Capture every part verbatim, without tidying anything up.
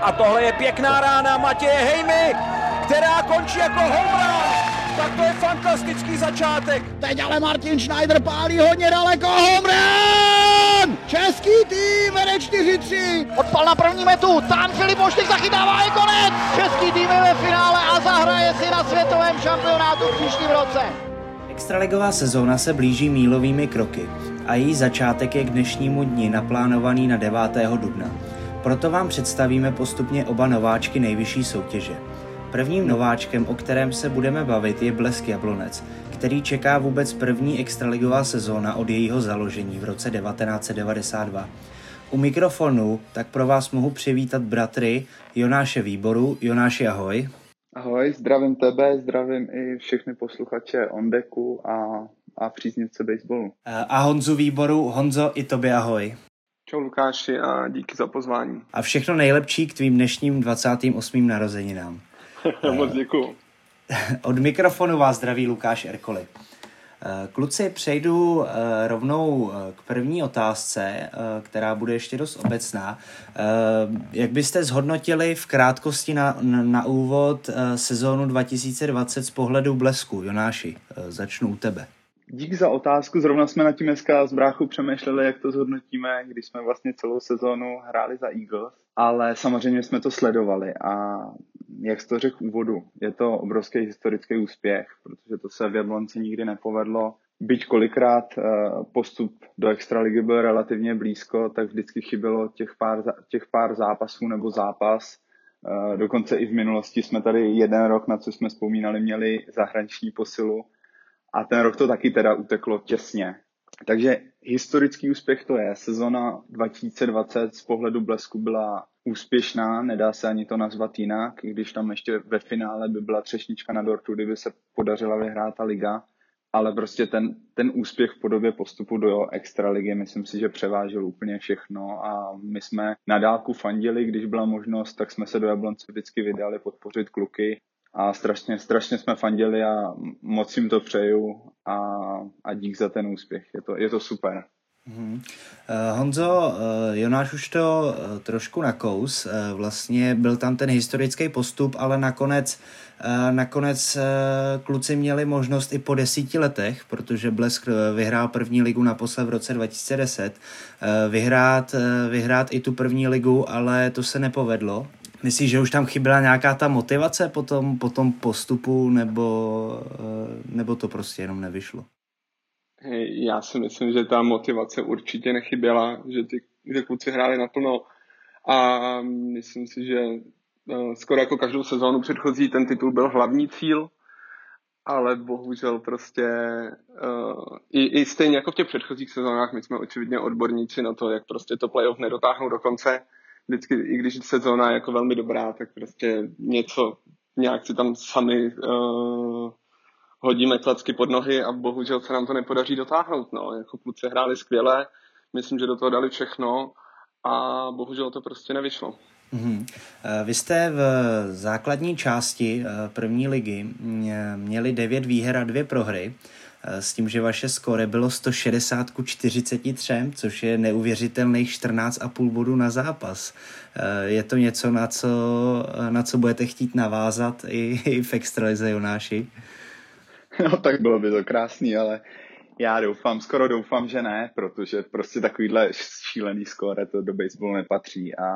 A tohle je pěkná rána Matěje Hejmy, která končí jako home run. Tak to je fantastický začátek. Teď ale Martin Schneider pálí hodně daleko, home run! Český tým vede čtyři tři. Odpal na první metu, tam Filip Moštyk zachytává, je konec. Český tým je ve finále a zahraje si na světovém šampionátu v příštím roce. Extraligová sezóna se blíží mílovými kroky a její začátek je k dnešnímu dni naplánovaný na devátého dubna. Proto vám představíme postupně oba nováčky nejvyšší soutěže. Prvním nováčkem, o kterém se budeme bavit, je Blesk Jablonec, který čeká vůbec první extraligová sezóna od jejího založení v roce devatenáct set devadesát dva. U mikrofonu tak pro vás mohu přivítat bratry Jonáše Výboru. Jonáši, ahoj. Ahoj, zdravím tebe, zdravím i všechny posluchače Ondeku a, a příznivce baseballu. A Honzu Výboru. Honzo, i tobě ahoj. Čau Lukáši a díky za pozvání. A všechno nejlepší k tvým dnešním dvacátým osmým narozeninám. Moc děkuju. Od mikrofonu vás zdraví Lukáš Erkoli. Kluci, přejdu rovnou k první otázce, která bude ještě dost obecná. Jak byste zhodnotili v krátkosti na, na, na úvod sezónu dva tisíce dvacet z pohledu Blesku? Jonáši, začnu u tebe. Díky za otázku. Zrovna jsme nad tím dneska s bráchou přemýšleli, jak to zhodnotíme, když jsme vlastně celou sezónu hráli za Eagles. Ale samozřejmě jsme to sledovali a jak jsi to řekl v úvodu, je to obrovský historický úspěch, protože to se v Jablonci nikdy nepovedlo. Byť kolikrát postup do extraligy byl relativně blízko, tak vždycky chybělo těch pár, těch pár zápasů nebo zápas. Dokonce i v minulosti jsme tady jeden rok, na co jsme vzpomínali, měli zahraniční posilu. A ten rok to taky teda uteklo těsně. Takže historický úspěch to je. Sezona dva tisíce dvacet z pohledu Blesku byla úspěšná, nedá se ani to nazvat jinak, když tam ještě ve finále by byla třešnička na dortu, kdyby se podařila vyhrát ta liga. Ale prostě ten, ten úspěch v podobě postupu do extraligy, myslím si, že převážil úplně všechno a my jsme na dálku fandili, když byla možnost, tak jsme se do Jablonce vždycky vydali podpořit kluky. A strašně, strašně jsme fandili a moc jim to přeju a, a dík za ten úspěch. Je to, je to super. Hmm. Uh, Honzo, uh, Jonáš už to uh, trošku nakous. Uh, vlastně byl tam ten historický postup, ale nakonec, uh, nakonec uh, kluci měli možnost i po desíti letech, protože Blesk vyhrál první ligu naposled v roce dva tisíce deset, uh, vyhrát, uh, vyhrát i tu první ligu, ale to se nepovedlo. Myslíš, že už tam chyběla nějaká ta motivace po tom, po tom postupu, nebo, nebo to prostě jenom nevyšlo? Hej, já si myslím, že ta motivace určitě nechyběla, že ty že kluci hráli naplno a myslím si, že skoro jako každou sezónu předchozí ten titul byl hlavní cíl, ale bohužel prostě uh, i, i stejně jako v těch předchozích sezónách my jsme očividně odborníci na to, jak prostě to playoff nedotáhnout do konce. Vždycky, i když sezóna je jako velmi dobrá, tak prostě něco, nějak si tam sami uh, hodíme klacky pod nohy a bohužel se nám to nepodaří dotáhnout. No. Jako kluci hráli skvěle, myslím, že do toho dali všechno a bohužel to prostě nevyšlo. Mm-hmm. Vy jste v základní části první ligy měli devět výher a dvě prohry, s tím, že vaše skóre bylo sto šedesát ku čtyřiceti třem, což je neuvěřitelných čtrnáct a půl bodů na zápas. Je to něco, na co, na co budete chtít navázat i, i v extralize, Jonáši? No tak bylo by to krásný, ale já doufám, skoro doufám, že ne, protože prostě takovýhle šílený skóre to do baseballu nepatří a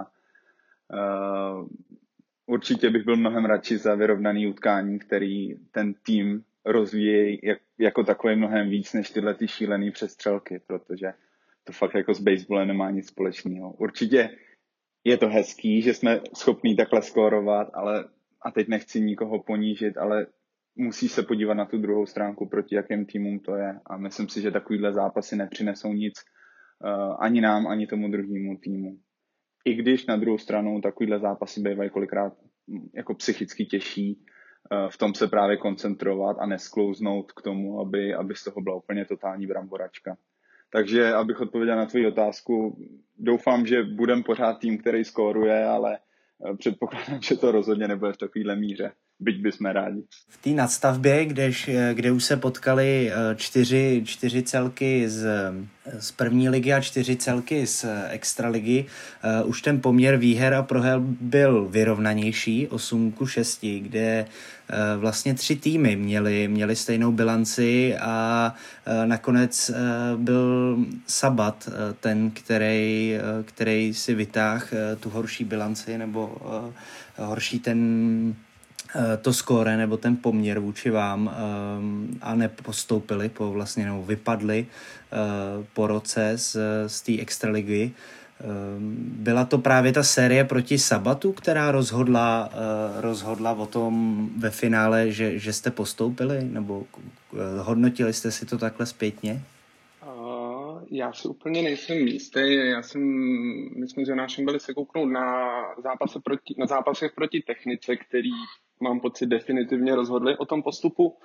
uh, určitě bych byl mnohem radši za vyrovnaný utkání, který ten tým rozvíjejí jak, jako takové mnohem víc než tyhle ty šílený přestřelky, protože to fakt jako s baseballem nemá nic společného. Určitě je to hezký, že jsme schopní takhle skórovat, ale a teď nechci nikoho ponížit, ale musí se podívat na tu druhou stránku, proti jakým týmům to je a myslím si, že takovýhle zápasy nepřinesou nic uh, ani nám, ani tomu druhému týmu. I když na druhou stranu takovýhle zápasy bývají kolikrát jako psychicky těžší, v tom se právě koncentrovat a nesklouznout k tomu, aby, aby z toho byla úplně totální bramboračka. Takže abych odpověděl na tvou otázku, doufám, že budem pořád tým, který skóruje, ale předpokládám, že to rozhodně nebude v takovéhle míře. byť bychom rádi. V té nadstavbě, kdež, kde už se potkali čtyři, čtyři celky z, z první ligy a čtyři celky z extraligy, už ten poměr výher a proher byl vyrovnanější, osm ku šesti, kde vlastně tři týmy měli, měli stejnou bilanci a nakonec byl Sabat ten, který, který si vytáhl tu horší bilanci nebo horší ten to skóre nebo ten poměr vůči vám a nepostoupili, po vlastně, nebo vypadli po roce z, z té extraligy. Byla to právě ta série proti Sabatu, která rozhodla, rozhodla o tom ve finále, že, že jste postoupili, nebo hodnotili jste si to takhle zpětně? Já si úplně nejsem jistý. Já jsem, my jsme s Jonášem byli se kouknout na, zápase proti, na zápasech proti Technice, který, mám pocit, definitivně rozhodli o tom postupu.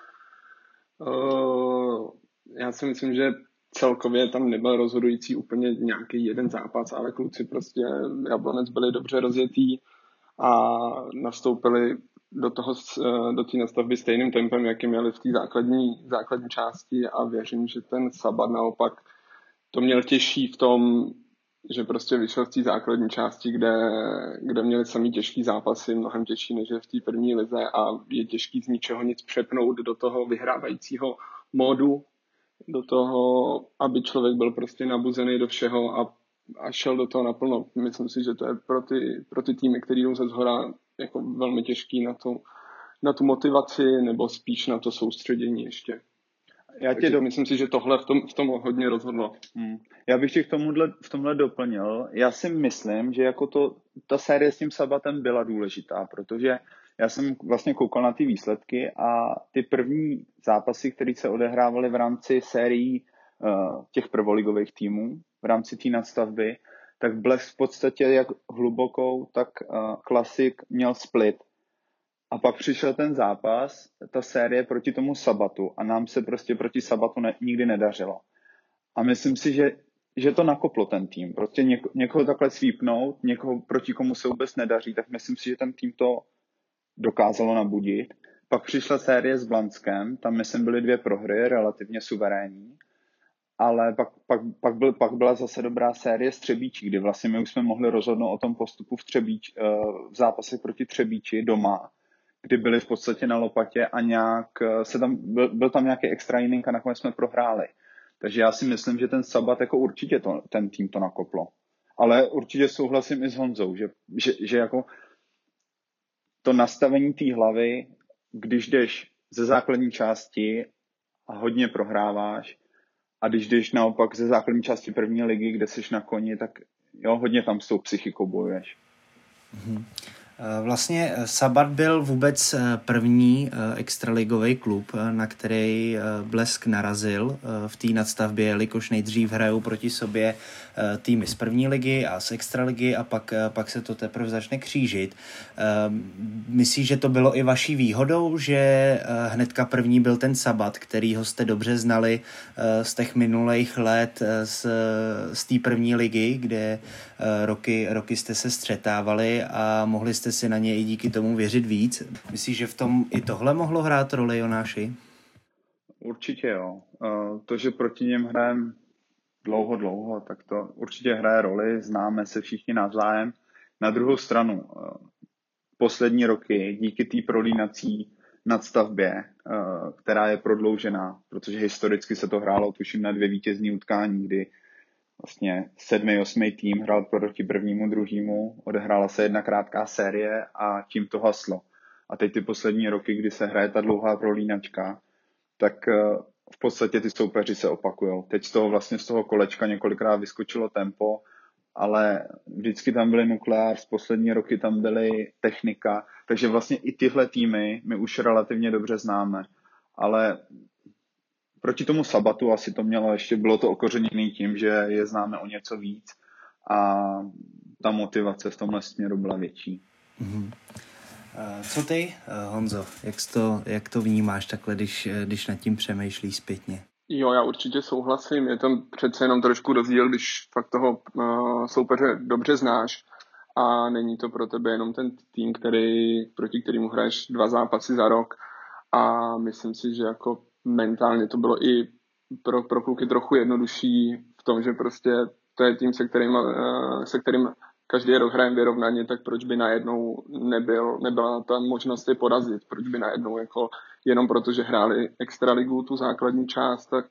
Já si myslím, že celkově tam nebyl rozhodující úplně nějaký jeden zápas, ale kluci prostě Jablonec byli dobře rozjetý a nastoupili do toho, do té nastavby stejným tempem, jaký měli v té základní, základní části, a věřím, že ten Sabat naopak to měl těžší v tom, že prostě vyšel v té základní části, kde, kde měli samý těžký zápasy, mnohem těžší než je v té první lize, a je těžký z ničeho nic přepnout do toho vyhrávajícího módu, do toho, aby člověk byl prostě nabuzený do všeho a, a šel do toho naplno. Myslím si, že to je pro ty, pro ty týmy, který jdou ze zhora, jako velmi těžký na tu, na tu motivaci, nebo spíš na to soustředění ještě. Já tě do... Myslím si, že tohle v tom, v tom hodně rozhodlo. Hmm. Já bych tě k tomuhle, v tomhle doplnil. Já si myslím, že jako to, ta série s tím Sabatem byla důležitá, protože já jsem vlastně koukal na ty výsledky a ty první zápasy, které se odehrávaly v rámci sérií uh, těch prvoligových týmů, v rámci té nadstavby, tak Blesk v podstatě jak hlubokou, tak uh, Klasik měl split. A pak přišel ten zápas, ta série proti tomu Sabatu, a nám se prostě proti Sabatu ne, nikdy nedařilo. A myslím si, že, že to nakoplo ten tým. Prostě něko, někoho takhle svípnout, někoho, proti komu se vůbec nedaří, tak myslím si, že ten tým to dokázalo nabudit. Pak přišla série s Blanskem, tam myslím byly dvě prohry, relativně suverénní, ale pak, pak, pak, byl, pak byla zase dobrá série s Třebíčí, kdy vlastně my už jsme mohli rozhodnout o tom postupu v, Třebíč, v zápasech proti Třebíči doma, kdy byli v podstatě na lopatě a nějak se tam, byl, byl tam nějaký extra inning a nakonec jsme prohráli. Takže já si myslím, že ten Sabat jako určitě to, ten tým to nakoplo. Ale určitě souhlasím i s Honzou, že, že, že jako to nastavení té hlavy, když jdeš ze základní části a hodně prohráváš, a když jdeš naopak ze základní části první ligy, kde jsi na koni, tak jo, hodně tam s tou psychikou bojuješ. Mm-hmm. Vlastně Sabat byl vůbec první extraligový klub, na který Blesk narazil v té nadstavbě, jelikož nejdřív hrajou proti sobě týmy z první ligy a z extraligy a pak, pak se to teprve začne křížit. Myslíš, že to bylo i vaší výhodou, že hnedka první byl ten Sabat, kterýho jste dobře znali z těch minulých let z, z té první ligy, kde roky, roky jste se střetávali a mohli jste si na ně i díky tomu věřit víc? Myslíš, že v tom i tohle mohlo hrát roli, Jonáši? Určitě jo. To, že proti něm hrajeme dlouho, dlouho, tak to určitě hraje roli, známe se všichni navzájem. Na druhou stranu, poslední roky díky té prolínací nadstavbě, která je prodloužená, protože historicky se to hrálo, tuším, na dvě vítězní utkání, kdy vlastně sedmý, osmý tým hrál proti prvnímu, druhému, odehrála se jedna krátká série a tím to haslo. A teď ty poslední roky, kdy se hraje ta dlouhá prolínačka, tak v podstatě ty soupeři se opakujou. Teď z toho vlastně z toho kolečka několikrát vyskočilo tempo, ale vždycky tam byly Nukleár, z poslední roky tam byly Technika, takže vlastně i tyhle týmy my už relativně dobře známe. Ale proti tomu Sabatu asi to mělo ještě, bylo to okořeněné tím, že je známe o něco víc a ta motivace v tomhle směru byla větší. Mm-hmm. Co ty, Honzo, jak to, jak to vnímáš takhle, když, když nad tím přemýšlíš zpětně? Jo, já určitě souhlasím, je tam přece jenom trošku rozdíl, když fakt toho uh, soupeře dobře znáš a není to pro tebe jenom ten tým, který, proti kterému hraješ dva zápasy za rok a myslím si, že jako mentálně to bylo i pro, pro kluky trochu jednodušší v tom, že prostě to je tým, se kterým, se kterým každý rok hrajeme vyrovnaně, tak proč by najednou nebyl, nebyla ta možnost je porazit, proč by najednou jako jenom proto, že hráli extraligu tu základní část, tak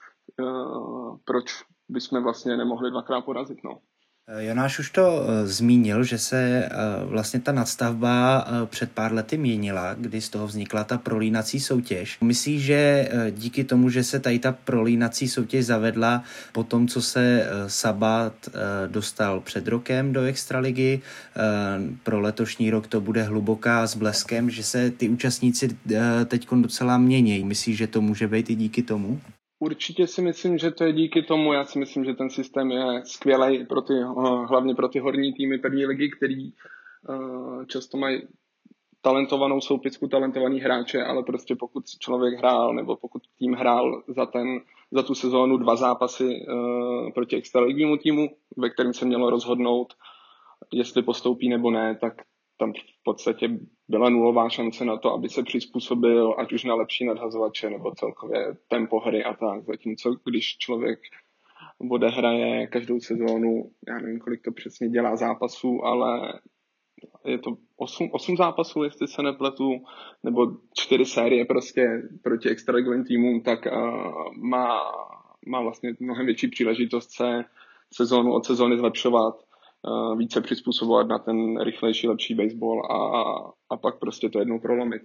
uh, proč bychom vlastně nemohli dvakrát porazit, no. Jonáš už to uh, zmínil, že se uh, vlastně ta nadstavba uh, před pár lety měnila, kdy z toho vznikla ta prolínací soutěž. Myslíš, že uh, díky tomu, že se tady ta prolínací soutěž zavedla po tom, co se uh, Sabat uh, dostal před rokem do extraligy, uh, pro letošní rok to bude Hluboká s Bleskem, že se ty účastníci uh, teďkon docela mění. Myslíš, že to může být i díky tomu? Určitě si myslím, že to je díky tomu. Já si myslím, že ten systém je skvělý pro ty, hlavně pro ty horní týmy první ligy, který uh, často mají talentovanou soupisku, talentovaný hráče, ale prostě pokud člověk hrál nebo pokud tým hrál za, ten, za tu sezónu dva zápasy uh, proti extraligovému týmu, ve kterém se mělo rozhodnout, jestli postoupí nebo ne, tak tam v podstatě byla nulová šance na to, aby se přizpůsobil ať už na lepší nadhazovače nebo celkově tempo hry a tak. Zatímco když člověk odehraje každou sezónu, já nevím, kolik to přesně dělá zápasů, ale je to osm zápasů, jestli se nepletu, nebo čtyři série prostě proti extraligovým týmům, tak uh, má, má vlastně mnohem větší příležitost se sezónu od sezóny zlepšovat, více přizpůsobovat na ten rychlejší, lepší baseball a, a pak prostě to jednou prolomit.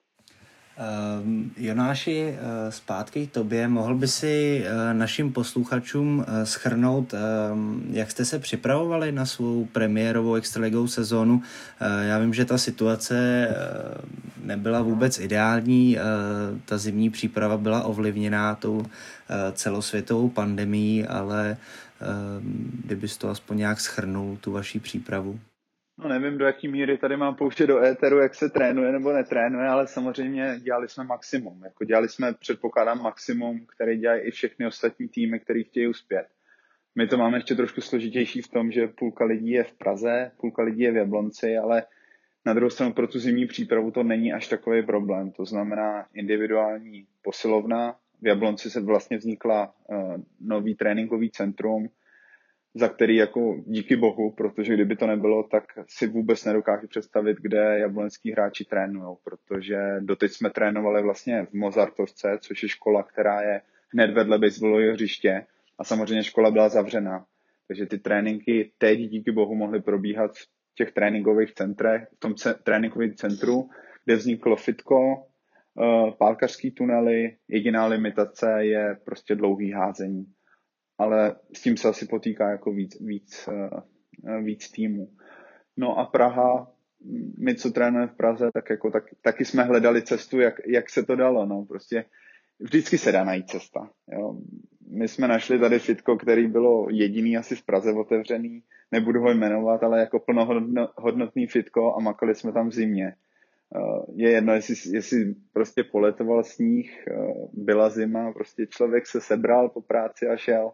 Um, Jonáši, uh, zpátky k tobě. Mohl by si uh, našim posluchačům uh, shrnout, um, jak jste se připravovali na svou premiérovou extraligovou sezónu? Uh, já vím, že ta situace uh, nebyla vůbec ideální. Uh, ta zimní příprava byla ovlivněná tou uh, celosvětovou pandemií, ale uh, kdybys to aspoň nějak shrnul, tu vaši přípravu. No nevím, do jaký míry tady mám pouštět do éteru, jak se trénuje nebo netrénuje, ale samozřejmě dělali jsme maximum. Jako dělali jsme, předpokládám, maximum, který dělají i všechny ostatní týmy, který chtějí uspět. My to máme ještě trošku složitější v tom, že půlka lidí je v Praze, půlka lidí je v Jablonci, ale na druhou stranu pro tu zimní přípravu to není až takový problém. To znamená individuální posilovna. V Jablonci se vlastně vznikla uh, nový tréninkový centrum, za který jako díky bohu, protože kdyby to nebylo, tak si vůbec nedokážu představit, kde jablonský hráči trénujou, protože doteď jsme trénovali vlastně v Mozartovce, což je škola, která je hned vedle baseballového hřiště a samozřejmě škola byla zavřená. Takže ty tréninky teď díky bohu mohly probíhat v těch tréninkových centrech, v tom ce- tréninkovém centru, kde vzniklo fitko, uh, pálkařský tunely, jediná limitace je prostě dlouhý házení. Ale s tím se asi potýká jako víc, víc, víc týmů. No a Praha, my co trénujeme v Praze, tak jako tak, taky jsme hledali cestu, jak, jak se to dalo. No. Prostě vždycky se dá najít cesta. Jo. My jsme našli tady fitko, který bylo jediný asi v Praze otevřený, nebudu ho jmenovat, ale jako plnohodnotný fitko a makali jsme tam v zimě. Je jedno, jestli, jestli prostě poletoval sníh, byla zima, prostě člověk se sebral po práci a šel.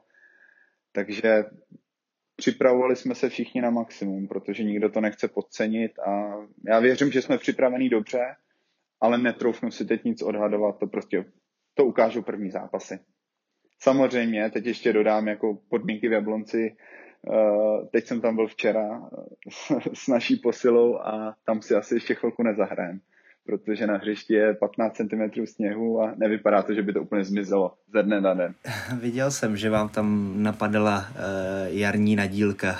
Takže připravovali jsme se všichni na maximum, protože nikdo to nechce podcenit a já věřím, že jsme připravení dobře, ale netroufnu si teď nic odhadovat, to prostě to ukážou první zápasy. Samozřejmě, teď ještě dodám jako podmínky v Jablonci, teď jsem tam byl včera s naší posilou a tam si asi ještě chvilku nezahrajem, protože na hřišti je patnáct centimetrů sněhu a nevypadá to, že by to úplně zmizelo ze dne na den. Viděl jsem, že vám tam napadala uh, jarní nadílka.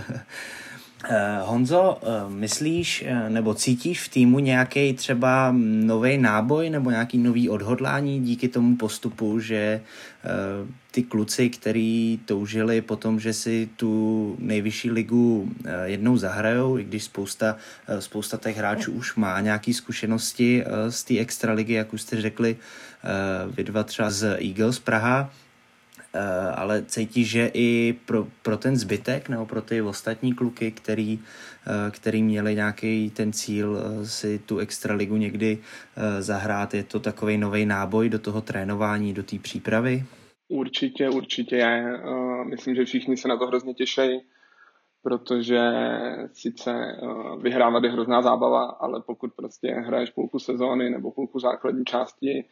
Uh, Honzo, uh, myslíš uh, nebo cítíš v týmu nějaký třeba nový náboj nebo nějaký nový odhodlání díky tomu postupu, že uh, ty kluci, který toužili potom, že si tu nejvyšší ligu uh, jednou zahrajou, i když spousta, uh, spousta těch hráčů už má nějaké zkušenosti uh, z té extraligy, jak už jste řekli, uh, vy dva třeba z Eagles Praha, Uh, ale cítí, že i pro, pro ten zbytek nebo pro ty ostatní kluky, který, uh, který měli nějaký ten cíl uh, si tu extraligu někdy uh, zahrát, je to takovej novej náboj do toho trénování, do té přípravy? Určitě, určitě je. Uh, myslím, že všichni se na to hrozně těší. protože sice vyhrávat je hrozná zábava, ale pokud prostě hraješ půlku sezóny nebo půlku základní části,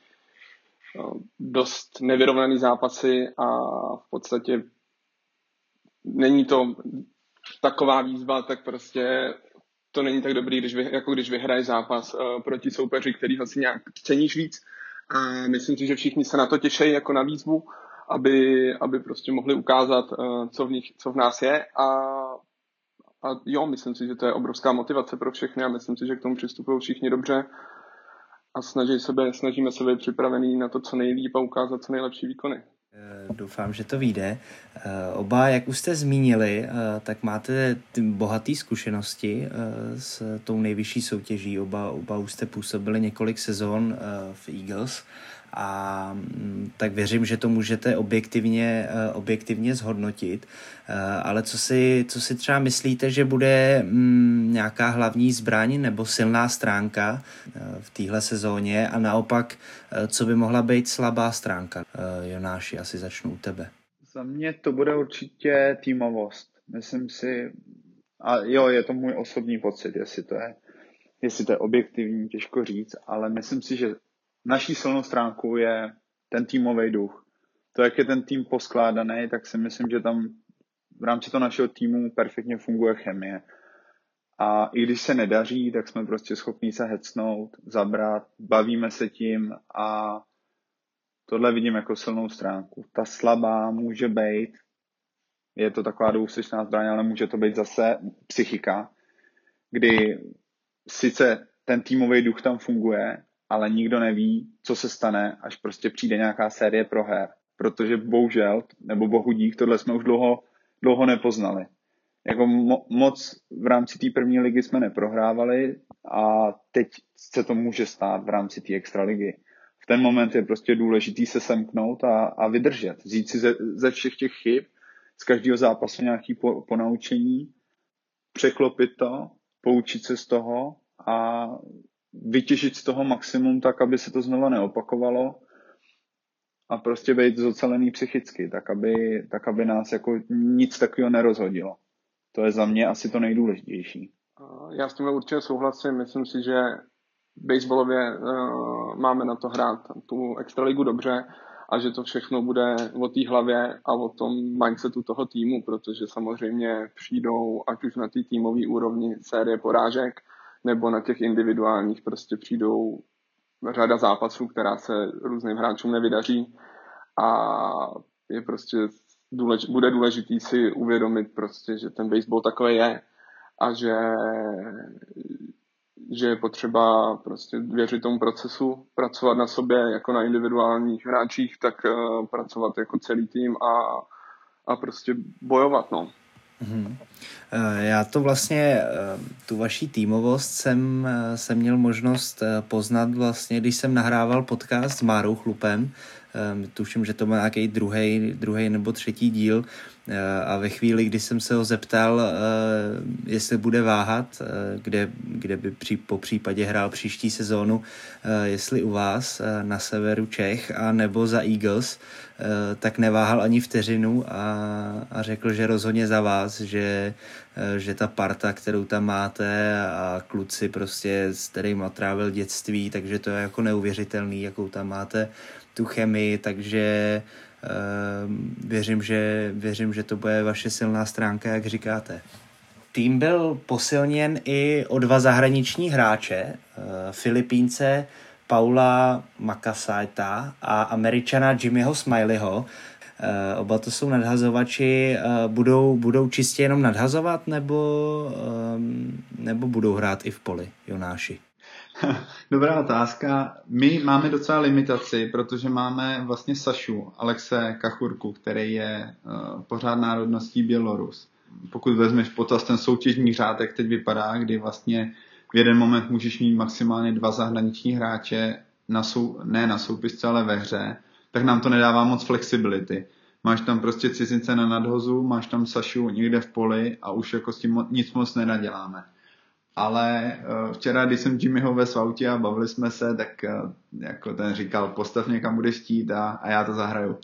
dost nevyrovnaný zápasy a v podstatě není to taková výzva, tak prostě to není tak dobrý, když vy, jako když vyhraješ zápas uh, proti soupeři, který asi nějak ceníš víc. A myslím si, že všichni se na to těší jako na výzvu, aby, aby prostě mohli ukázat, uh, co, v nich, co v nás je. A, a jo, myslím si, že to je obrovská motivace pro všechny a myslím si, že k tomu přistupují všichni dobře a snaží sebe, snažíme se být připravený na to, co nejlíp a ukázat co nejlepší výkony. Doufám, že to vyjde. Oba, jak už jste zmínili, tak máte bohaté zkušenosti s tou nejvyšší soutěží. Oba, oba už jste působili několik sezon v Eagles a tak věřím, že to můžete objektivně, objektivně zhodnotit. Ale co si, co si třeba myslíte, že bude nějaká hlavní zbraň nebo silná stránka v téhle sezóně a naopak, co by mohla být slabá stránka? Jonáši, asi začnu u tebe. Za mě to bude určitě týmovost. Myslím si, a jo, je to můj osobní pocit, jestli to je, jestli to je objektivní, těžko říct, ale myslím si, že naší silnou stránkou je ten týmový duch. To, jak je ten tým poskládaný, tak si myslím, že tam v rámci toho našeho týmu perfektně funguje chemie. A i když se nedaří, tak jsme prostě schopní se hecnout, zabrat, bavíme se tím a tohle vidím jako silnou stránku. Ta slabá může být, je to taková dvousečná zbraň, ale může to být zase psychika, kdy sice ten týmový duch tam funguje, ale nikdo neví, co se stane, až prostě přijde nějaká série proher. Protože bohužel, nebo bohudík, tohle jsme už dlouho, dlouho nepoznali. Jako mo- moc v rámci té první ligy jsme neprohrávali a teď se to může stát v rámci té extraligy. V ten moment je prostě důležitý se semknout a, a vydržet. Vzít si ze, ze všech těch chyb, z každého zápasu nějaké po, ponaučení, překlopit to, poučit se z toho a vytěžit z toho maximum tak, aby se to znova neopakovalo a prostě být zocelený psychicky, tak aby, tak aby nás jako nic takového nerozhodilo. To je za mě asi to nejdůležitější. Já s tím určitě souhlasím. Myslím si, že baseballově uh, máme na to hrát tu extraligu dobře a že to všechno bude o té hlavě a o tom mindsetu toho týmu, protože samozřejmě přijdou, ať už na té týmové úrovni série porážek, nebo na těch individuálních prostě přijdou řada zápasů, která se různým hráčům nevydaří a je prostě důlež, bude důležitý si uvědomit prostě, že ten baseball takový je a že, že je potřeba prostě věřit tomu procesu, pracovat na sobě jako na individuálních hráčích, tak uh, pracovat jako celý tým a, a prostě bojovat, no. Hmm. Já to vlastně, tu vaši týmovost jsem, jsem měl možnost poznat vlastně, když jsem nahrával podcast s Márou Chlupem. Tuším, že to byl nějaký druhý, druhý nebo třetí díl a ve chvíli, kdy jsem se ho zeptal, jestli bude váhat, kde, kde by při, po případě hrál příští sezónu, jestli u vás na severu Čech a nebo za Eagles, tak neváhal ani vteřinu a, a řekl, že rozhodně za vás, že, že ta parta, kterou tam máte a kluci prostě, s kterým trávil dětství, takže to je jako neuvěřitelný, jakou tam máte tu chemii, takže uh, věřím, že, věřím, že to bude vaše silná stránka, jak říkáte. Tým byl posilněn i o dva zahraniční hráče, uh, Filipínce Paula Makasaita a Američana Jimmyho Smileyho. Uh, oba to jsou nadhazovači. Uh, budou, budou čistě jenom nadhazovat, nebo, um, nebo budou hrát i v poli, Jonáši? Dobrá otázka. My máme docela limitaci, protože máme vlastně Sašu, Alexe Kachurku, který je uh, pořád národností Bělorus. Pokud vezmeš potaz ten soutěžní řád, jak teď vypadá, kdy vlastně v jeden moment můžeš mít maximálně dva zahraniční hráče, na sou, ne na soupisce, ale ve hře, tak nám to nedává moc flexibility. Máš tam prostě cizince na nadhozu, máš tam Sašu někde v poli a už jako s tím nic moc nenaděláme. Ale včera, když jsem Jimmyho vezl v autě a bavili jsme se, tak jako ten říkal, postav někam budeš chtít a, a já to zahraju.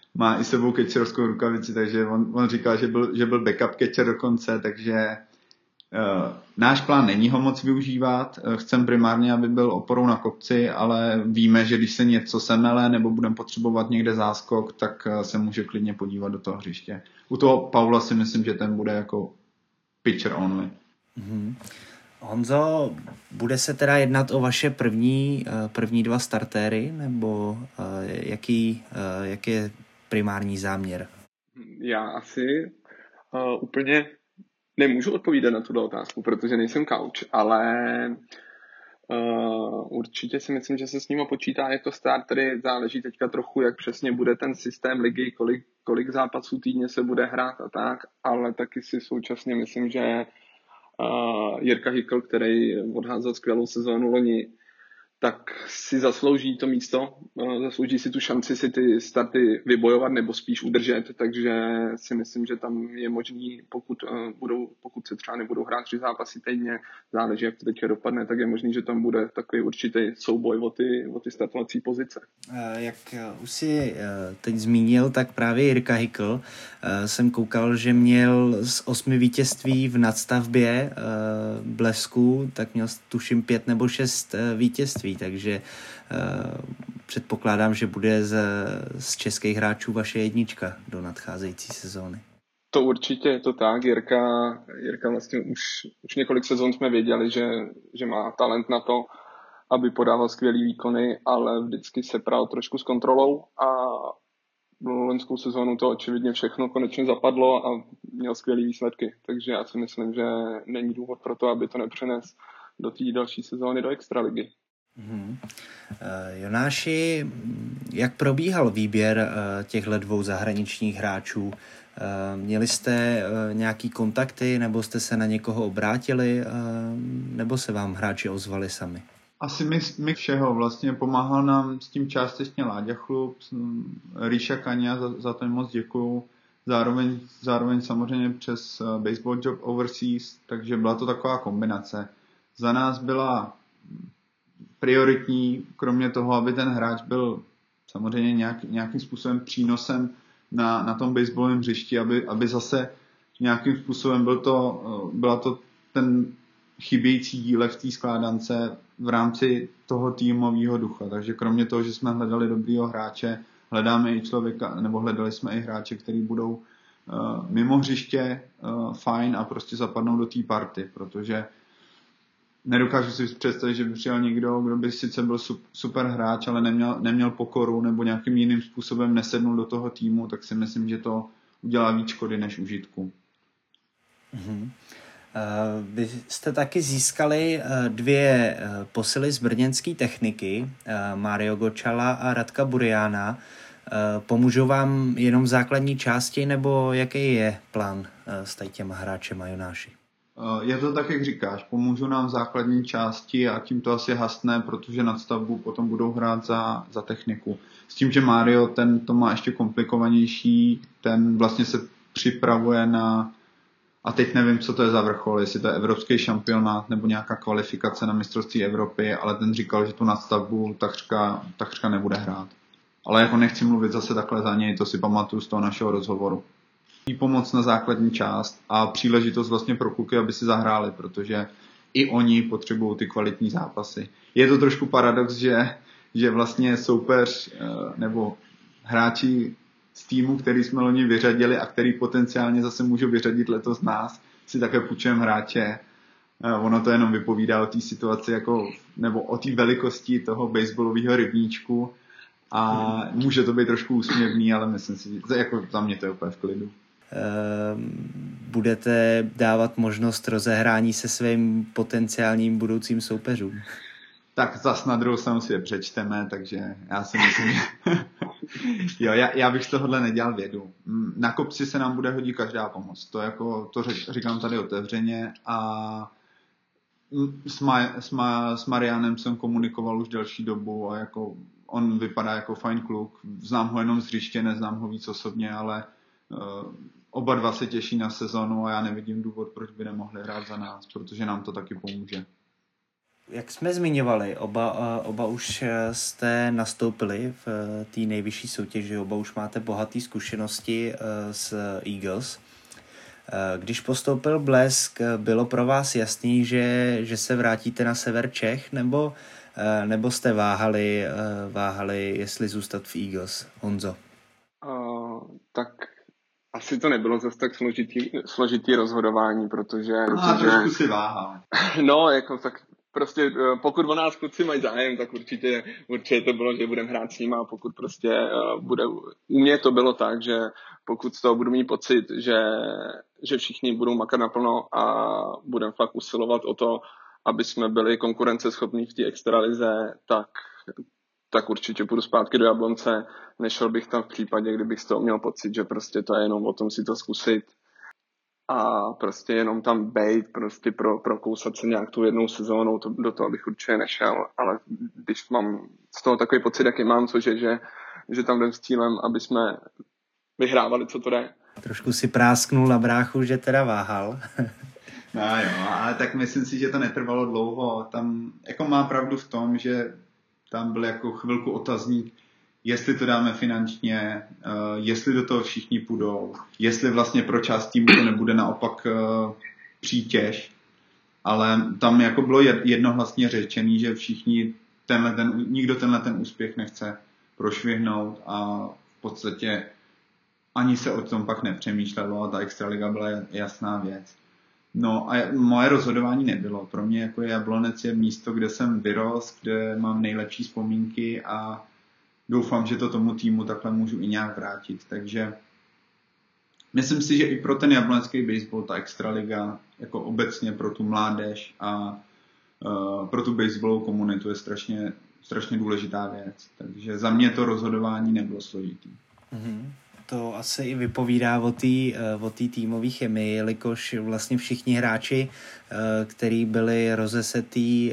má i sebou catcherovskou rukavici, takže on, on říkal, že byl, že byl backup catcher dokonce, takže uh, náš plán není ho moc využívat. Uh, chcem primárně, aby byl oporou na kopci, ale víme, že když se něco semele nebo budeme potřebovat někde záskok, tak uh, se může klidně podívat do toho hřiště. U toho Paula si myslím, že ten bude jako pitcher only. Mm-hmm. Honzo, bude se teda jednat o vaše první, první dva startéry, nebo jaký, jaký je primární záměr? Já asi uh, úplně nemůžu odpovídat na tuto otázku, protože nejsem couch, ale uh, určitě si myslím, že se s ním počítá jako startery. Záleží teďka trochu, jak přesně bude ten systém ligy, kolik, kolik zápasů týdně se bude hrát a tak, ale taky si současně myslím, že Uh, Jirka Hykl, který odházel skvělou sezónu loni, tak si zaslouží to místo, uh, zaslouží si tu šanci si ty starty vybojovat nebo spíš udržet, takže si myslím, že tam je možný, pokud, uh, budou, pokud se třeba nebudou hrát tři zápasy týdně, záleží, jak to teďka dopadne, tak je možný, že tam bude takový určitý souboj o ty, o ty startovací pozice. Jak už si teď zmínil, tak právě Jirka Hykl, jsem koukal, že měl z osmi vítězství v nadstavbě Blesku, tak měl tuším pět nebo šest vítězství, takže předpokládám, že bude z, z českých hráčů vaše jednička do nadcházející sezóny. To určitě je to tak. Jirka, Jirka vlastně už, už několik sezon jsme věděli, že, že má talent na to, aby podával skvělý výkony, ale vždycky se pral trošku s kontrolou a loňskou sezónu to očividně všechno konečně zapadlo a měl skvělý výsledky. Takže já si myslím, že není důvod pro to, aby to nepřenes do té další sezóny do extraligy. Mm-hmm. Jonáši, jak probíhal výběr těchto dvou zahraničních hráčů? Měli jste nějaký kontakty, nebo jste se na někoho obrátili, nebo se vám hráči ozvali sami? Asi my, my všeho. Vlastně pomáhal nám s tím částečně Láďa Chlup, Ríša Kaňa, za, za to moc děkuju. Zároveň, zároveň samozřejmě přes Baseball Job Overseas, takže byla to taková kombinace. Za nás byla prioritní, kromě toho, aby ten hráč byl samozřejmě nějak, nějakým způsobem přínosem na, na tom baseballovém hřišti, aby, aby zase nějakým způsobem byl to, byla to ten chybějící dílek v té skládance v rámci toho týmového ducha. Takže kromě toho, že jsme hledali dobrýho hráče, hledáme i člověka, nebo hledali jsme i hráče, který budou uh, mimo hřiště uh, fajn a prostě zapadnou do té party, protože nedokážu si představit, že by přijel někdo, kdo by sice byl super hráč, ale neměl, neměl pokoru nebo nějakým jiným způsobem nesednul do toho týmu, tak si myslím, že to udělá víc škody než užitku. Mm-hmm. Vy jste taky získali dvě posily z brněnské techniky, Mario Gočala a Radka Buriana. Pomůžou vám jenom v základní části, nebo jaký je plán s těma hráčema, Jonáši? Je to tak, jak říkáš, pomůžu nám v základní části a tím to asi hasne, protože nadstavbu potom budou hrát za, za techniku. S tím, že Mario ten to má ještě komplikovanější, ten vlastně se připravuje na, a teď nevím, co to je za vrchol, jestli to je evropský šampionát nebo nějaká kvalifikace na mistrovství Evropy, ale ten říkal, že tu nadstavbu takřka, takřka nebude hrát. Ale jako nechci mluvit zase takhle za něj, to si pamatuju z toho našeho rozhovoru. Pomoc na základní část a příležitost vlastně pro kluky, aby si zahráli, protože i oni potřebují ty kvalitní zápasy. Je to trošku paradox, že, že vlastně soupeř nebo hráči z týmu, který jsme loni vyřadili a který potenciálně zase můžou vyřadit letos nás, si také půjčujeme hráče. Ono to jenom vypovídá o té situaci jako, nebo o té velikosti toho baseballového rybníčku a může to být trošku úsměvný, ale myslím si, že jako za mě to je úplně v klidu. Budete dávat možnost rozehrání se svým potenciálním budoucím soupeřům? Tak zas na druhou stranu si je přečteme, takže já si myslím, že jo, já, já bych z tohohle nedělal vědu. Na kopci se nám bude hodit každá pomoc. To, jako, to říkám tady otevřeně a s, Ma, s, Ma, s Marianem jsem komunikoval už delší dobu a jako on vypadá jako fajn kluk. Znám ho jenom z hřiště, neznám ho víc osobně, ale uh, oba dva se těší na sezonu a já nevidím důvod, proč by nemohli hrát za nás, protože nám to taky pomůže. Jak jsme zmiňovali, oba, oba už jste nastoupili v té nejvyšší soutěži, oba už máte bohaté zkušenosti s Eagles. Když postoupil Blesk, bylo pro vás jasný, že, že se vrátíte na sever Čech, nebo, nebo jste váhali, váhali, jestli zůstat v Eagles? Honzo? Uh, tak asi to nebylo zase tak složitý, složitý rozhodování, protože... A protože, trošku si váhal. No, jako tak prostě pokud o nás kluci mají zájem, tak určitě, určitě to bylo, že budeme hrát s nimi, a pokud prostě uh, bude... U mě to bylo tak, že pokud z toho budu mít pocit, že, že všichni budou makat naplno a budeme fakt usilovat o to, aby jsme byli konkurenceschopní v té extralize, tak, tak určitě půjdu zpátky do Jablonce. Nešel bych tam v případě, kdybych z toho měl pocit, že prostě to je jenom o tom si to zkusit a prostě jenom tam bejt, prostě pro, prokousat se nějak tu jednou sezónou, to, do toho bych určitě nešel, ale když mám z toho takový pocit, jaký mám, což je, že, že tam jdem s cílem, aby jsme vyhrávali, co to jde. Trošku si prásknul na bráchu, že teda váhal. No jo, ale tak myslím si, že to netrvalo dlouho. Tam jako má pravdu v tom, že tam byl jako chvilku otazník, jestli to dáme finančně, uh, jestli do toho všichni půjdou, jestli vlastně pro část týmu to nebude naopak uh, přítěž. Ale tam jako bylo jednohlasně řečený, že všichni tenhle ten, nikdo tenhle ten úspěch nechce prošvihnout a v podstatě ani se o tom pak nepřemýšlelo a ta extraliga byla jasná věc. No a moje rozhodování nebylo. Pro mě jako Jablonec je místo, kde jsem vyrost, kde mám nejlepší vzpomínky a doufám, že to tomu týmu takhle můžu i nějak vrátit. Takže myslím si, že i pro ten jablonecký baseball ta extraliga jako obecně pro tu mládež a uh, pro tu baseballovou komunitu je strašně, strašně důležitá věc. Takže za mě to rozhodování nebylo složitý. Mm-hmm. To asi i vypovídá o té o té týmové chemii, jelikož vlastně všichni hráči, kteří byli rozesetý,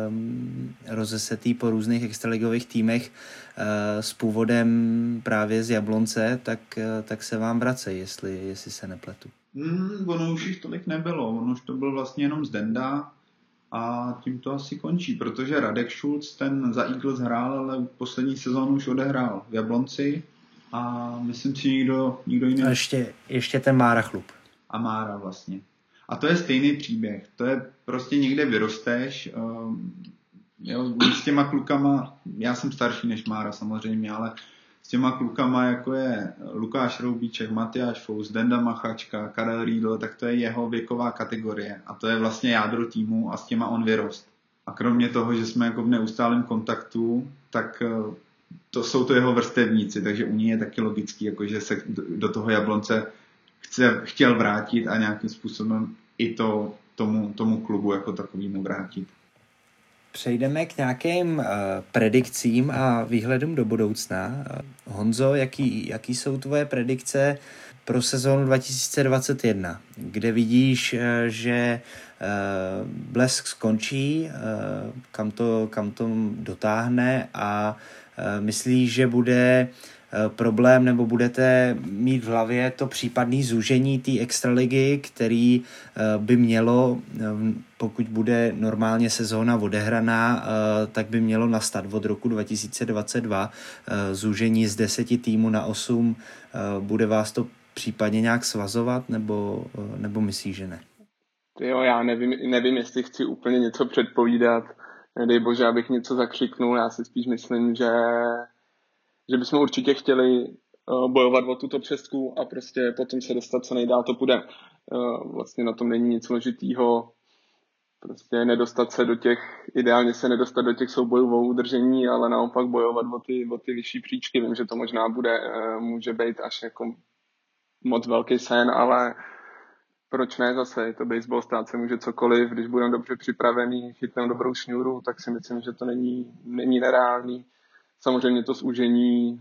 rozesetý po různých extraligových týmech s původem právě z Jablonce, tak, tak se vám vracejí, jestli, jestli se nepletu. Mm, ono už jich tolik nebylo, ono už to byl vlastně jenom z Denda a tím to asi končí, protože Radek Šulc ten za Eagles hrál, ale poslední sezónu už odehrál v Jablonci. A myslím si, nikdo, nikdo jiný... A ještě, ještě ten Mára Chlup. A Mára vlastně. A to je stejný příběh. To je prostě někde vyrosteš. Um, jo, s těma klukama, já jsem starší než Mára samozřejmě, ale s těma klukama, jako je Lukáš Roubíček, Matyáš Fous, Denda Machačka, Karel Riedl, tak to je jeho věková kategorie. A to je vlastně jádro týmu a s těma on vyrost. A kromě toho, že jsme jako v neustálém kontaktu, tak... to jsou to jeho vrstevníci, takže u ní je taky logický, jako že se do toho Jablonce chce, chtěl vrátit a nějakým způsobem i to tomu, tomu klubu jako takovýmu vrátit. Přejdeme k nějakým uh, predikcím a výhledům do budoucna. Uh, Honzo, jaký, jaký jsou tvoje predikce pro sezónu dva tisíce dvacet jedna, kde vidíš, uh, že uh, Blesk skončí, uh, kam to, kam to dotáhne a myslíš, že bude problém nebo budete mít v hlavě to případné zúžení té extraligy, který by mělo, pokud bude normálně sezóna odehraná, tak by mělo nastat od roku dva tisíce dvacet dva. Zúžení z deseti týmů na osm, bude vás to případně nějak svazovat, nebo, nebo myslíš, že ne? Jo, já nevím, nevím, jestli chci úplně něco předpovídat. Nedej bože, abych něco zakřiknul, já si spíš myslím, že, že bychom určitě chtěli uh, bojovat o tuto přestku a prostě potom se dostat co nejdál to půjde. Uh, vlastně na tom není nic složitýho, prostě nedostat se do těch, ideálně se nedostat do těch soubojů o udržení, ale naopak bojovat o ty, o ty vyšší příčky. Vím, že to možná bude, uh, může být až jako moc velký sen, ale proč ne zase, je to baseball, stát se může cokoliv, když budeme dobře připravený, chytneme dobrou šňůru, tak si myslím, že to není, není nereálný. Samozřejmě to zúžení,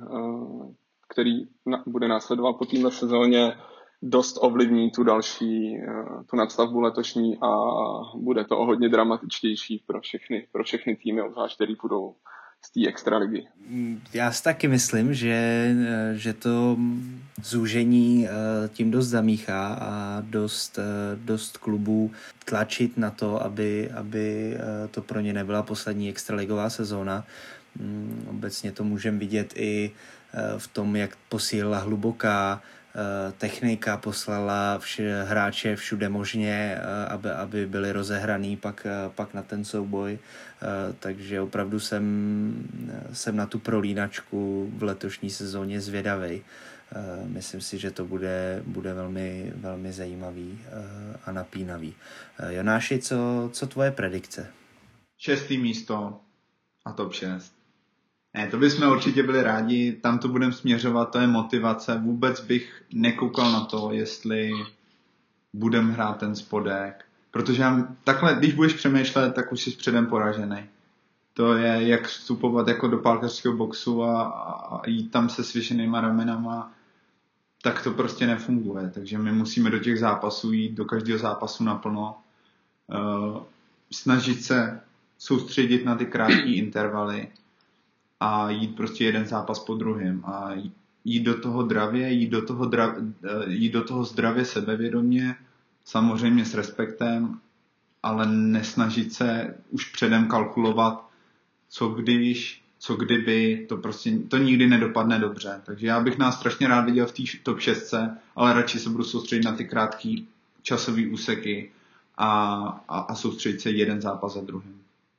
který bude následovat po této sezóně, dost ovlivní tu další, tu nadstavbu letošní a bude to o hodně dramatičtější pro všechny, pro všechny týmy, obzvlášť který půjdou z té extraligy. Já si taky myslím, že, že to zúžení tím dost zamíchá a dost, dost klubů tlačit na to, aby, aby to pro ně nebyla poslední extraligová sezóna. Obecně to můžeme vidět i v tom, jak posílila hluboká technika, poslala vše, hráče všude možně, aby, aby byli rozehraný pak, pak na ten souboj. Takže opravdu jsem, jsem na tu prolínačku v letošní sezóně zvědavej. Myslím si, že to bude, bude velmi, velmi zajímavý a napínavý. Jonáši, co, co tvoje predikce? Šestý místo a top šest. Ne, to bychom určitě byli rádi, tam to budeme směřovat, to je motivace. Vůbec bych nekoukal na to, jestli budeme hrát ten spodek, protože takhle, když budeš přemýšlet, tak už jsi předem poražený. To je, jak vstupovat jako do pálkařského boxu a, a jít tam se svěšenýma ramenama, tak to prostě nefunguje. Takže my musíme do těch zápasů jít, do každého zápasu naplno, uh, snažit se soustředit na ty krátké intervaly, a jít prostě jeden zápas po druhém a jít do toho dravě, jít do toho, dra, jít do toho zdravě sebevědomě, samozřejmě s respektem, ale nesnažit se už předem kalkulovat, co když, co kdyby, to prostě, to nikdy nedopadne dobře. Takže já bych nás strašně rád viděl v té top šest, ale radši se budu soustředit na ty krátké časové úseky a, a, a soustředit se jeden zápas za druhým.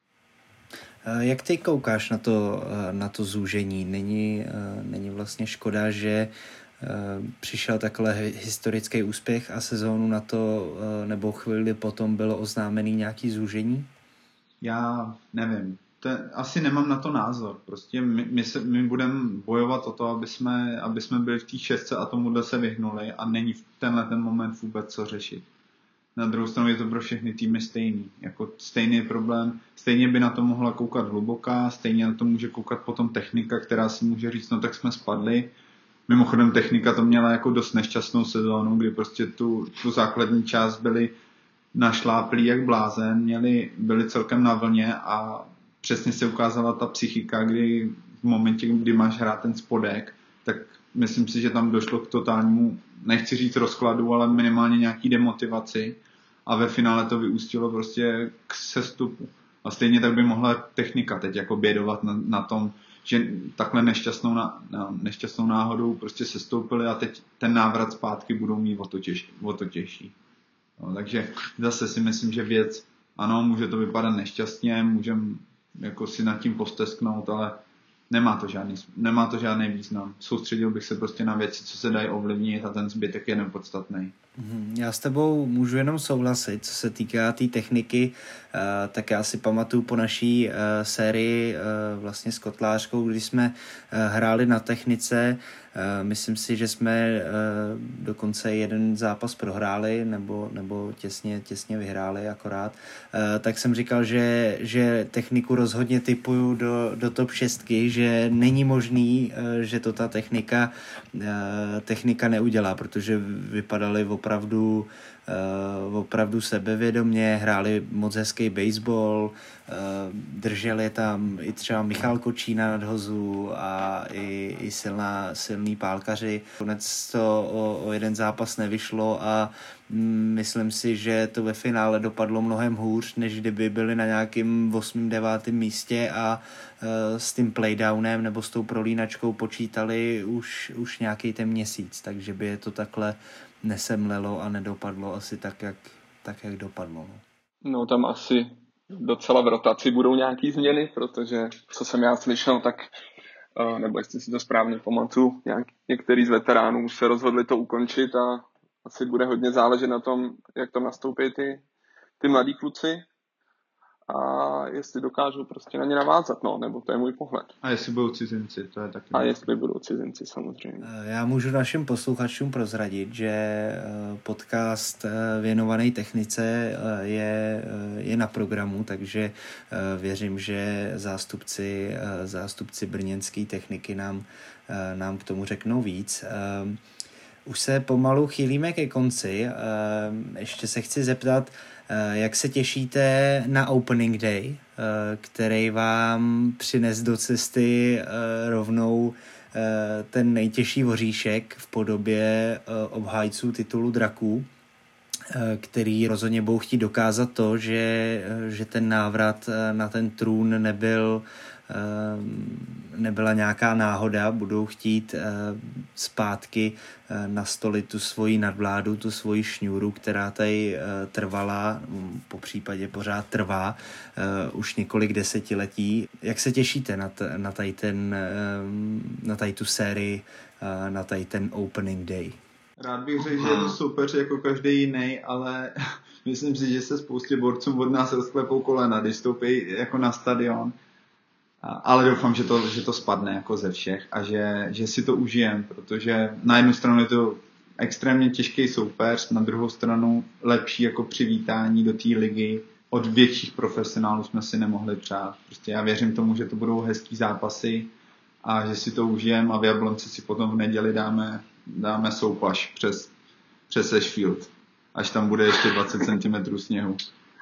Jak ty koukáš na to, na to zúžení? Není, není vlastně škoda, že přišel takhle historický úspěch a sezónu na to, nebo chvíli potom bylo oznámený nějaký zúžení? Já nevím. To, asi nemám na to názor. Prostě my, my, se, my budeme bojovat o to, aby jsme, aby jsme byli v té šestce a tomuhle se vyhnuli a není v tenhle ten moment vůbec co řešit. Na druhou stranu je to pro všechny týmy stejný. Jako stejný problém. Stejně by na to mohla koukat hluboká, stejně na to může koukat potom technika, která si může říct, no tak jsme spadli. Mimochodem technika to měla jako dost nešťastnou sezónu, kdy prostě tu, tu základní část byli našláplí jak blázen, měli, byli celkem na vlně a přesně se ukázala ta psychika, kdy v momentě, kdy máš hrát ten spodek, tak myslím si, že tam došlo k totálnímu, nechci říct rozkladu, ale minimálně nějaký demotivaci a ve finále to vyústilo prostě k sestupu. A stejně tak by mohla technika teď jako bědovat na, na tom, že takhle nešťastnou, na, na, nešťastnou náhodou prostě sestoupili a teď ten návrat zpátky budou mít o to, těž, o to těžší. No, takže zase si myslím, že věc, ano, může to vypadat nešťastně, můžeme jako si nad tím postesknout, ale nemá to žádný, nemá to žádný význam. Soustředil bych se prostě na věci, co se dají ovlivnit a ten zbytek je nepodstatný. Já s tebou můžu jenom souhlasit, co se týká té tý techniky, tak já si pamatuju po naší sérii vlastně s Kotlářkou, kdy jsme hráli na technice. Myslím si, že jsme dokonce jeden zápas prohráli nebo, nebo těsně, těsně vyhráli akorát. Tak jsem říkal, že, že techniku rozhodně typuju do, do top šestky, že není možný, že to ta technika, technika neudělá, protože vypadaly opravdu Uh, opravdu sebevědomě, hráli moc hezký baseball, uh, drželi tam i třeba Michal Kočína nadhozu a i, i silná, silný pálkaři. Konec to o, o jeden zápas nevyšlo a mm, myslím si, že to ve finále dopadlo mnohem hůř, než kdyby byli na nějakým osmém devátém místě a uh, s tím playdownem nebo s tou prolínačkou počítali už, už nějaký ten měsíc, takže by je to takhle nesemlelo a nedopadlo asi tak, jak, tak, jak dopadlo. No. no tam asi docela v rotaci budou nějaký změny, protože co jsem já slyšel, tak nebo jestli si to správně pamatuju, nějak, některý z veteránů se rozhodli to ukončit a asi bude hodně záležet na tom, jak tam nastoupí ty, ty mladí kluci a jestli dokážou prostě na ně navázat, no, nebo to je můj pohled. A jestli budou cizinci, to je taky. A jestli budou cizinci, samozřejmě. Já můžu našim posluchačům prozradit, že podcast věnovaný technice je, je na programu, takže věřím, že zástupci, zástupci brněnské techniky nám, nám k tomu řeknou víc. Už se pomalu chýlíme ke konci. Ještě se chci zeptat, Jak se těšíte na Opening Day, který vám přines do cesty rovnou ten nejtěžší voříšek v podobě obhájců titulu draků, který rozhodně budou chtít dokázat to, že, že ten návrat na ten trůn nebyl, nebyla nějaká náhoda, budou chtít zpátky nastolit tu svoji nadvládu, tu svoji šňůru, která tady trvala, po případě pořád trvá už několik desetiletí. Jak se těšíte na, t- na, tady ten, na tady tu sérii, na tady ten Opening Day? Rád bych řekl, že je to soupeř jako každý jiný, ale myslím si, že se spoustě borcům od nás rozklepou kolena, když stoupí jako na stadion. Ale doufám, že to, že to spadne jako ze všech a že, že si to užijem, protože na jednu stranu je to extrémně těžký soupeř, na druhou stranu lepší jako přivítání do té ligy. Od větších profesionálů jsme si nemohli přát. Prostě já věřím tomu, že to budou hezký zápasy a že si to užijem a v Jablonci si potom v neděli dáme, dáme soupaš přes, přes Ashfield, až tam bude ještě dvacet centimetrů sněhu.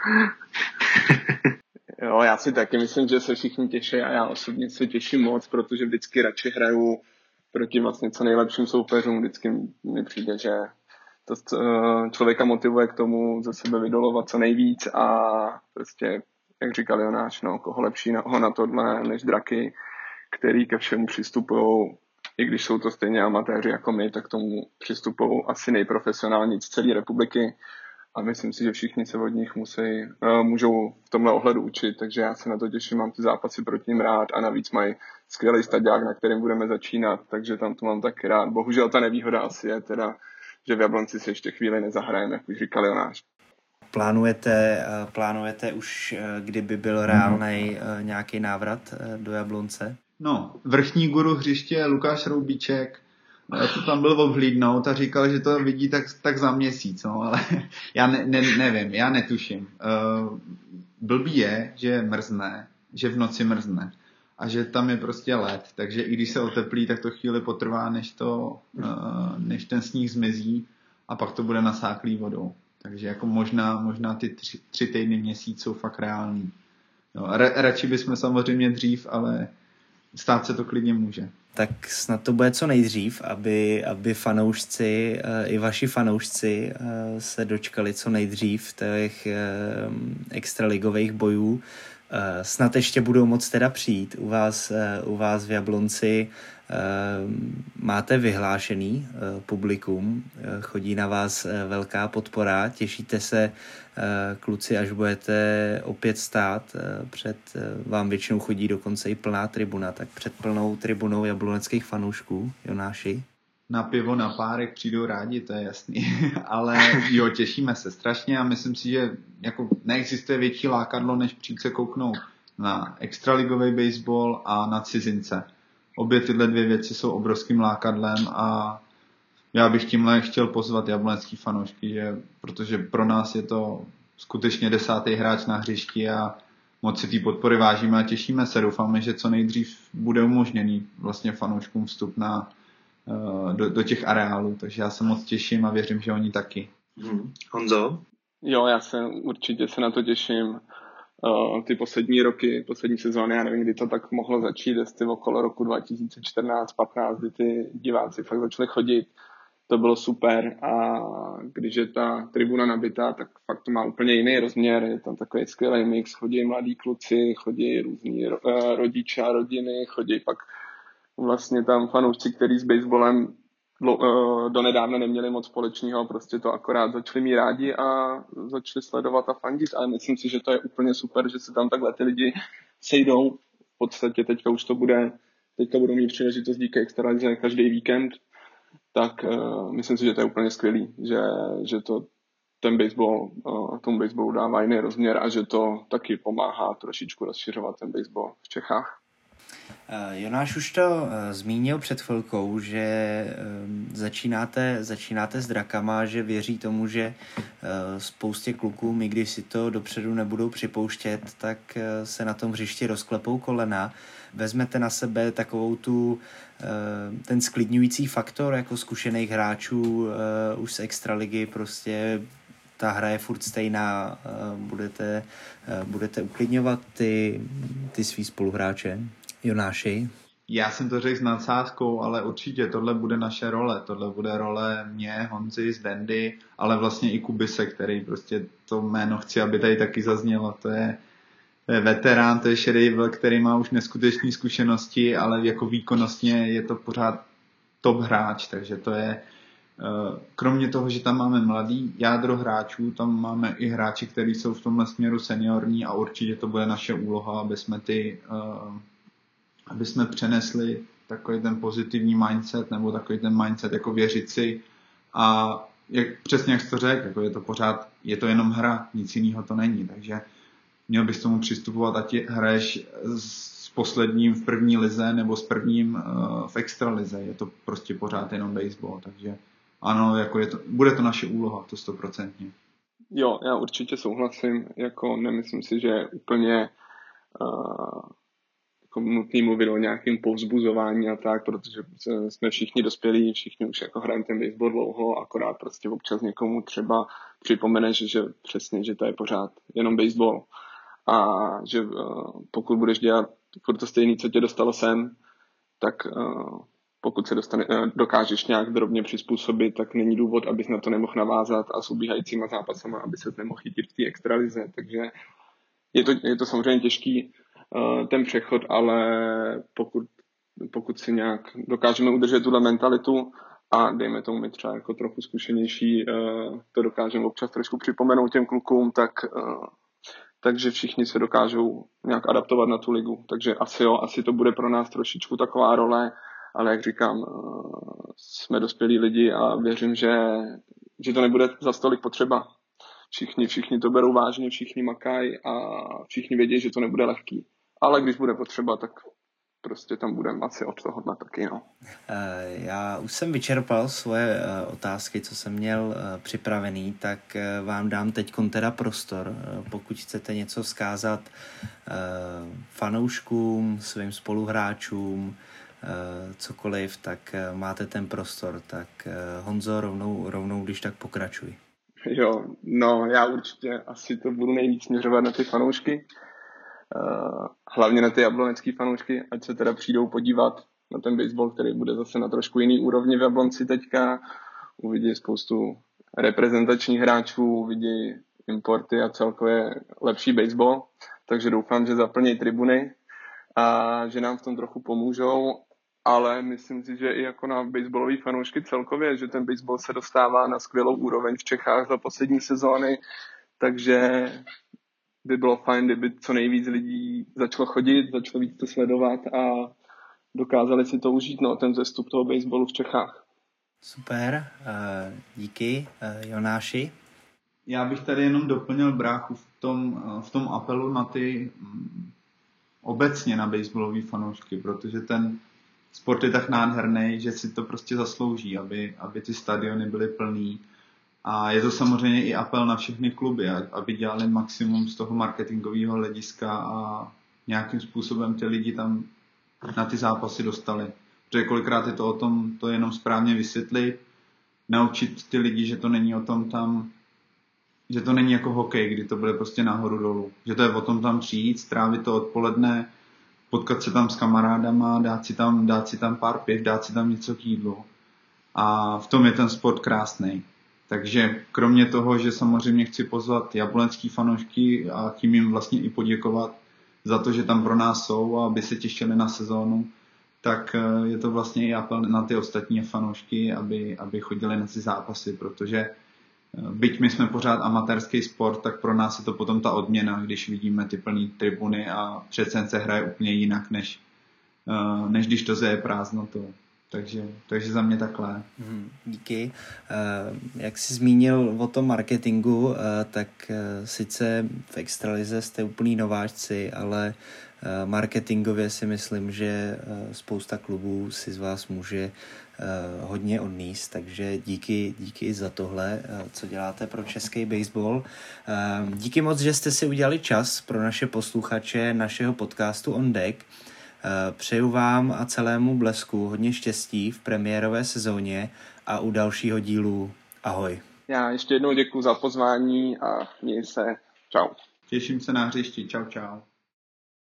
Jo, já si taky myslím, že se všichni těší a já osobně se těším moc, protože vždycky radši hraju proti vlastně co nejlepším soupeřům. Vždycky mi přijde, že to člověka motivuje k tomu ze sebe vydolovat co nejvíc a prostě, jak říkal Jonáš, no, koho lepšího na tohle než draky, který ke všemu přistupují, i když jsou to stejně amatéři jako my, tak k tomu přistupují asi nejprofesionálně z celé republiky. A myslím si, že všichni se od nich musí, uh, můžou v tomhle ohledu učit, takže já se na to těším, mám ty zápasy proti ním rád a navíc mají skvělý stadiák, na kterém budeme začínat, takže tam to mám taky rád. Bohužel ta nevýhoda asi je teda, že v Jablonci se ještě chvíli nezahrajeme, jak už říkal Jonáš. Plánujete, plánujete už, kdyby byl reálnej nějaký návrat do Jablonce? No, vrchní guru hřiště je Lukáš Roubíček. Já to tam byl obhlídnout a říkal, že to vidí tak, tak za měsíc, no, ale já ne, ne, nevím, já netuším. Uh, blbý je, že mrzne, že v noci mrzne a že tam je prostě led, takže i když se oteplí, tak to chvíli potrvá, než, to, uh, než ten sníh zmizí a pak to bude nasáklý vodou. Takže jako možná, možná ty tři, tři týdny měsíc jsou fakt reální. No, ra, radši bychom samozřejmě dřív, ale stát se to klidně může. Tak snad to bude co nejdřív, aby, aby fanoušci, i vaši fanoušci se dočkali co nejdřív těch extraligových bojů. Snad ještě budou moc teda přijít. U vás, u vás v Jablonci máte vyhlášený publikum, chodí na vás velká podpora, těšíte se, kluci, až budete opět stát, před, vám většinou chodí dokonce i plná tribuna, tak před plnou tribunou jabloneckých fanoušků, Jonáši? Na pivo, na párek přijdou rádi, to je jasný, ale jo, těšíme se strašně a myslím si, že jako neexistuje větší lákadlo, než přijít se kouknout na extraligový baseball a na cizince. Obě tyhle dvě věci jsou obrovským lákadlem a já bych tímhle chtěl pozvat jablonecký fanoušky, že, protože pro nás je to skutečně desátý hráč na hřišti a moc si té podpory vážíme a těšíme se. Doufáme, že co nejdřív bude umožněný vlastně fanouškům vstup na, do, do těch areálů, takže já se moc těším a věřím, že oni taky. Hmm. Honzo? Jo, já se určitě se na to těším. Uh, ty poslední roky, poslední sezóny, já nevím, kdy to tak mohlo začít, jestli okolo roku dva tisíce čtrnáct patnáct, kdy ty diváci fakt začali chodit, to bylo super a když je ta tribuna nabitá, tak fakt to má úplně jiný rozměr, je tam takový skvělý mix, chodí mladí kluci, chodí různí uh, rodiče a rodiny, chodí pak vlastně tam fanoušci, kteří s baseballem donedávna neměli moc společného, prostě to akorát začali mít rádi a začali sledovat a fandit a myslím si, že to je úplně super, že se tam takhle ty lidi sejdou. V podstatě teďka už to bude, teďka budou mít příležitost díky extralize každý víkend, tak uh, myslím si, že to je úplně skvělý, že, že to ten baseball, uh, tomu baseballu dává jiný rozměr a že to taky pomáhá trošičku rozšiřovat ten baseball v Čechách. Jonáš už to zmínil před chvilkou, že začínáte, začínáte s drakama, že věří tomu, že spoustě kluků, i když si to dopředu nebudou připouštět, tak se na tom hřišti rozklepou kolena. Vezmete na sebe takovou tu, ten sklidňující faktor jako zkušených hráčů už z extraligy, prostě ta hra je furt stejná, budete, budete uklidňovat ty, ty svý spoluhráče, Jonáši? Já jsem to řekl s nadsázkou, ale určitě tohle bude naše role. Tohle bude role mě, Honzy, Zdendy, ale vlastně i Kubise, který prostě to jméno chci, aby tady taky zaznělo. To je, to je veterán, to je šedý vlk, který má už neskutečné zkušenosti, ale jako výkonnostně je to pořád top hráč, takže to je, kromě toho, že tam máme mladý jádro hráčů, tam máme i hráči, kteří jsou v tomhle směru seniorní a určitě to bude naše úloha, aby jsme ty aby jsme přenesli takový ten pozitivní mindset nebo takový ten mindset jako věřit si a jak, přesně jak jsi to řekl, jako je to pořád, je to jenom hra, nic jiného to není, takže měl bys tomu přistupovat, ať hraješ s posledním v první lize nebo s prvním uh, v extralize, je to prostě pořád jenom baseball, takže ano, jako je to, bude to naše úloha, to stoprocentně. Jo, já určitě souhlasím, jako nemyslím si, že úplně uh... jako nutný mluvit o nějakém povzbuzování a tak, protože jsme všichni dospělí, všichni už jako hrajeme ten baseball dlouho, akorát prostě občas někomu třeba připomeneš, že přesně, že to je pořád jenom baseball a že uh, pokud budeš dělat furt to stejný, co tě dostalo sem, tak uh, pokud se dostane, uh, dokážeš nějak drobně přizpůsobit, tak není důvod, abys na to nemohl navázat a s ubíhajícíma zápasama, aby se nemohl chytit v té extralize, takže je to, je to samozřejmě těžký ten přechod, ale pokud, pokud si nějak dokážeme udržet tuhle mentalitu a dejme tomu my třeba jako trochu zkušenější, to dokážeme občas trošku připomenout těm klukům, tak, takže všichni se dokážou nějak adaptovat na tu ligu. Takže asi jo, asi to bude pro nás trošičku taková role, ale jak říkám, jsme dospělí lidi a věřím, že, že to nebude za stolik potřeba. Všichni, všichni to berou vážně, všichni makají a všichni vědí, že to nebude lehký. Ale když bude potřeba, tak prostě tam budeme asi od tohohle taky, no. Já už jsem vyčerpal svoje otázky, co jsem měl připravený, tak vám dám teď teda prostor. Pokud chcete něco vzkázat fanouškům, svým spoluhráčům, cokoliv, tak máte ten prostor. Tak Honzo, rovnou, rovnou když tak pokračuj. Jo, no já určitě asi to budu nejvíc směřovat na ty fanoušky. Uh, hlavně na ty jablonecký fanoušky, ať se teda přijdou podívat na ten baseball, který bude zase na trošku jiný úrovni v Jablonci teďka. Uvidí spoustu reprezentačních hráčů, uvidí importy a celkově lepší baseball. Takže doufám, že zaplní tribuny a že nám v tom trochu pomůžou. Ale myslím si, že i jako na baseballový fanoušky celkově, že ten baseball se dostává na skvělou úroveň v Čechách za poslední sezóny, takže by bylo fajn, kdyby co nejvíc lidí začalo chodit, začalo víc to sledovat a dokázali si to užít, no, ten zestup toho baseballu v Čechách. Super, uh, díky. Uh, Jonáši? Já bych tady jenom doplnil bráchu v tom, v tom apelu na ty um, obecně na baseballový fanoušky, protože ten sport je tak nádherný, že si to prostě zaslouží, aby, aby ty stadiony byly plný. A je to samozřejmě i apel na všechny kluby, aby dělali maximum z toho marketingového hlediska a nějakým způsobem ty lidi tam na ty zápasy dostali. Protože kolikrát je to o tom, to jenom správně vysvětlit, naučit ty lidi, že to není o tom tam, že to není jako hokej, kdy to bude prostě nahoru dolů. Že to je o tom tam přijít, strávit to odpoledne, potkat se tam s kamarádama, dát si tam, dát si tam pár piv, dát si tam něco k jídlu. A v tom je ten sport krásný. Takže kromě toho, že samozřejmě chci pozvat jablonský fanoušky a tím jim vlastně i poděkovat za to, že tam pro nás jsou a aby se těšili na sezónu, tak je to vlastně i apel na ty ostatní fanoušky, aby, aby chodili na ty zápasy, protože byť my jsme pořád amatérský sport, tak pro nás je to potom ta odměna, když vidíme ty plný tribuny a přece se hraje úplně jinak, než, než když to je prázdnotou. Takže, takže za mě takhle. Díky. Jak jsi zmínil o tom marketingu, tak sice v extralize jste úplný nováčci, ale marketingově si myslím, že spousta klubů si z vás může hodně odníst, takže díky, díky za tohle, co děláte pro český baseball. Díky moc, že jste si udělali čas pro naše posluchače našeho podcastu On Deck. Přeju vám a celému Blesku hodně štěstí v premiérové sezóně a u dalšího dílu. Ahoj. Já ještě jednou děkuji za pozvání a měj se. Čau. Těším se na hřišti. Čau, čau.